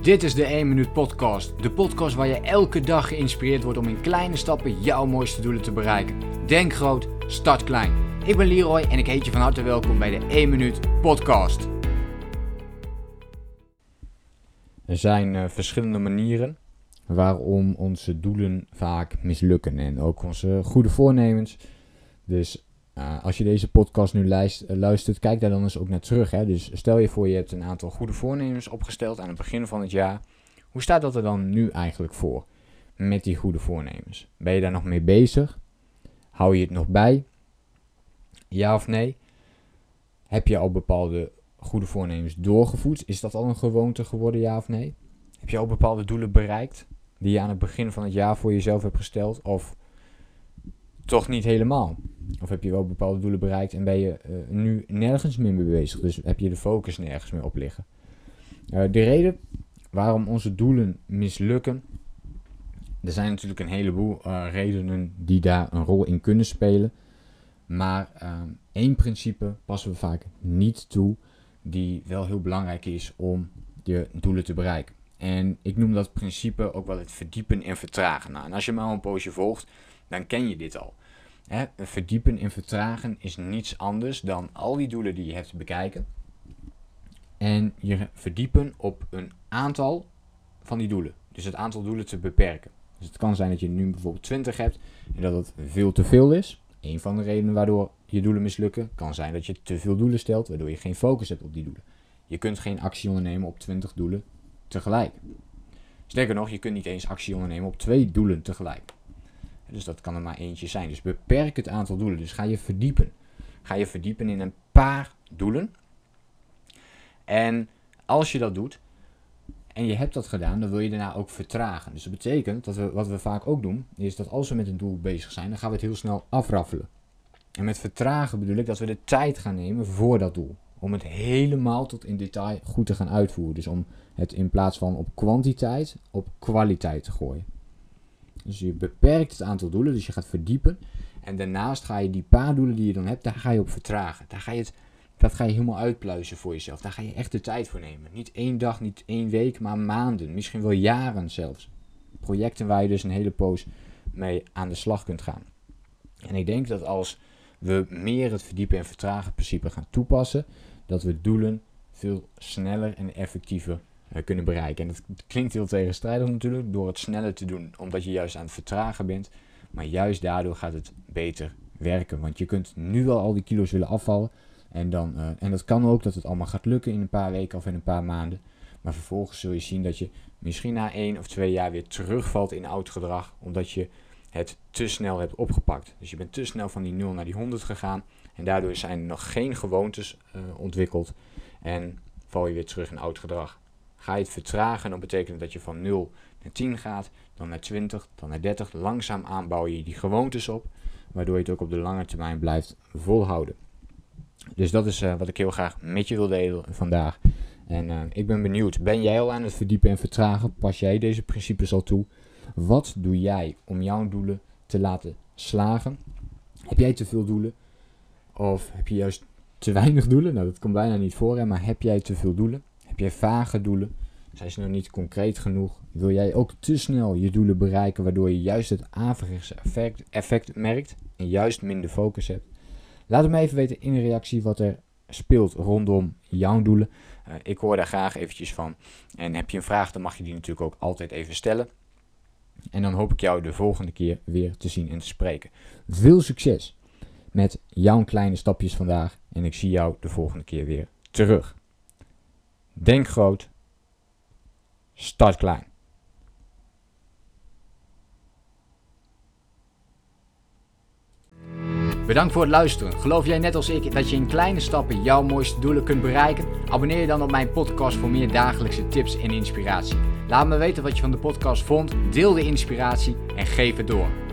Dit is de 1 Minuut Podcast. De podcast waar je elke dag geïnspireerd wordt om in kleine stappen jouw mooiste doelen te bereiken. Denk groot, start klein. Ik ben Leroy en ik heet je van harte welkom bij de 1 Minuut Podcast. Er zijn verschillende manieren waarom onze doelen vaak mislukken en ook onze goede voornemens. Dus als je deze podcast nu luistert, kijk daar dan eens ook naar terug. Hè? Dus stel je voor je hebt een aantal goede voornemens opgesteld aan het begin van het jaar. Hoe staat dat er dan nu eigenlijk voor met die goede voornemens? Ben je daar nog mee bezig? Hou je het nog bij? Ja of nee? Heb je al bepaalde goede voornemens doorgevoerd? Is dat al een gewoonte geworden, ja of nee? Heb je al bepaalde doelen bereikt die je aan het begin van het jaar voor jezelf hebt gesteld? Of toch niet helemaal? Of heb je wel bepaalde doelen bereikt en ben je nu nergens meer mee bezig? Dus heb je de focus nergens meer op liggen? De reden waarom onze doelen mislukken, er zijn natuurlijk een heleboel redenen die daar een rol in kunnen spelen. Maar één principe passen we vaak niet toe die wel heel belangrijk is om je doelen te bereiken. En ik noem dat principe ook wel het verdiepen en vertragen. Nou, en als je me al een poosje volgt, dan ken je dit al. Verdiepen en vertragen is niets anders dan al die doelen die je hebt te bekijken. En je verdiepen op een aantal van die doelen. Dus het aantal doelen te beperken. Dus het kan zijn dat je nu bijvoorbeeld 20 hebt en dat het veel te veel is. Een van de redenen waardoor je doelen mislukken kan zijn dat je te veel doelen stelt, waardoor je geen focus hebt op die doelen. Je kunt geen actie ondernemen op 20 doelen tegelijk. Sterker nog, je kunt niet eens actie ondernemen op 2 doelen tegelijk. Dus dat kan er maar eentje zijn. Dus beperk het aantal doelen. Dus ga je verdiepen. Ga je verdiepen in een paar doelen. En als je dat doet, en je hebt dat gedaan, dan wil je daarna ook vertragen. Dus dat betekent dat wat we vaak ook doen, is dat als we met een doel bezig zijn, dan gaan we het heel snel afraffelen. En met vertragen bedoel ik dat we de tijd gaan nemen voor dat doel. Om het helemaal tot in detail goed te gaan uitvoeren. Dus om het in plaats van op kwantiteit, op kwaliteit te gooien. Dus je beperkt het aantal doelen, dus je gaat verdiepen. En daarnaast ga je die paar doelen die je dan hebt, daar ga je op vertragen. Dat ga je helemaal uitpluizen voor jezelf. Daar ga je echt de tijd voor nemen. Niet 1 dag, niet 1 week, maar maanden. Misschien wel jaren zelfs. Projecten waar je dus een hele poos mee aan de slag kunt gaan. En ik denk dat als we meer het verdiepen en vertragen principe gaan toepassen, dat we doelen veel sneller en effectiever kunnen bereiken. En dat klinkt heel tegenstrijdig natuurlijk, door het sneller te doen, omdat je juist aan het vertragen bent. Maar juist daardoor gaat het beter werken. Want je kunt nu wel al die kilo's willen afvallen. En dat kan ook dat het allemaal gaat lukken in een paar weken of in een paar maanden. Maar vervolgens zul je zien dat je misschien na 1 of 2 jaar weer terugvalt in oud gedrag. Omdat je het te snel hebt opgepakt. Dus je bent te snel van die 0 naar die 100 gegaan. En daardoor zijn er nog geen gewoontes ontwikkeld. En val je weer terug in oud gedrag. Ga je het vertragen, dan betekent het dat je van 0 naar 10 gaat, dan naar 20, dan naar 30. Langzaam aanbouw je die gewoontes op, waardoor je het ook op de lange termijn blijft volhouden. Dus dat is wat ik heel graag met je wil delen vandaag. En ik ben benieuwd, ben jij al aan het verdiepen en vertragen? Pas jij deze principes al toe? Wat doe jij om jouw doelen te laten slagen? Heb jij te veel doelen? Of heb je juist te weinig doelen? Nou, dat komt bijna niet voor, hè? Maar heb jij te veel doelen? Heb jij vage doelen? Zijn ze nog niet concreet genoeg? Wil jij ook te snel je doelen bereiken, waardoor je juist het averechts effect merkt en juist minder focus hebt? Laat het me even weten in de reactie wat er speelt rondom jouw doelen. Ik hoor daar graag eventjes van. En heb je een vraag, dan mag je die natuurlijk ook altijd even stellen. En dan hoop ik jou de volgende keer weer te zien en te spreken. Veel succes met jouw kleine stapjes vandaag. En ik zie jou de volgende keer weer terug. Denk groot. Start klein. Bedankt voor het luisteren. Geloof jij net als ik dat je in kleine stappen jouw mooiste doelen kunt bereiken? Abonneer je dan op mijn podcast voor meer dagelijkse tips en inspiratie. Laat me weten wat je van de podcast vond, deel de inspiratie en geef het door.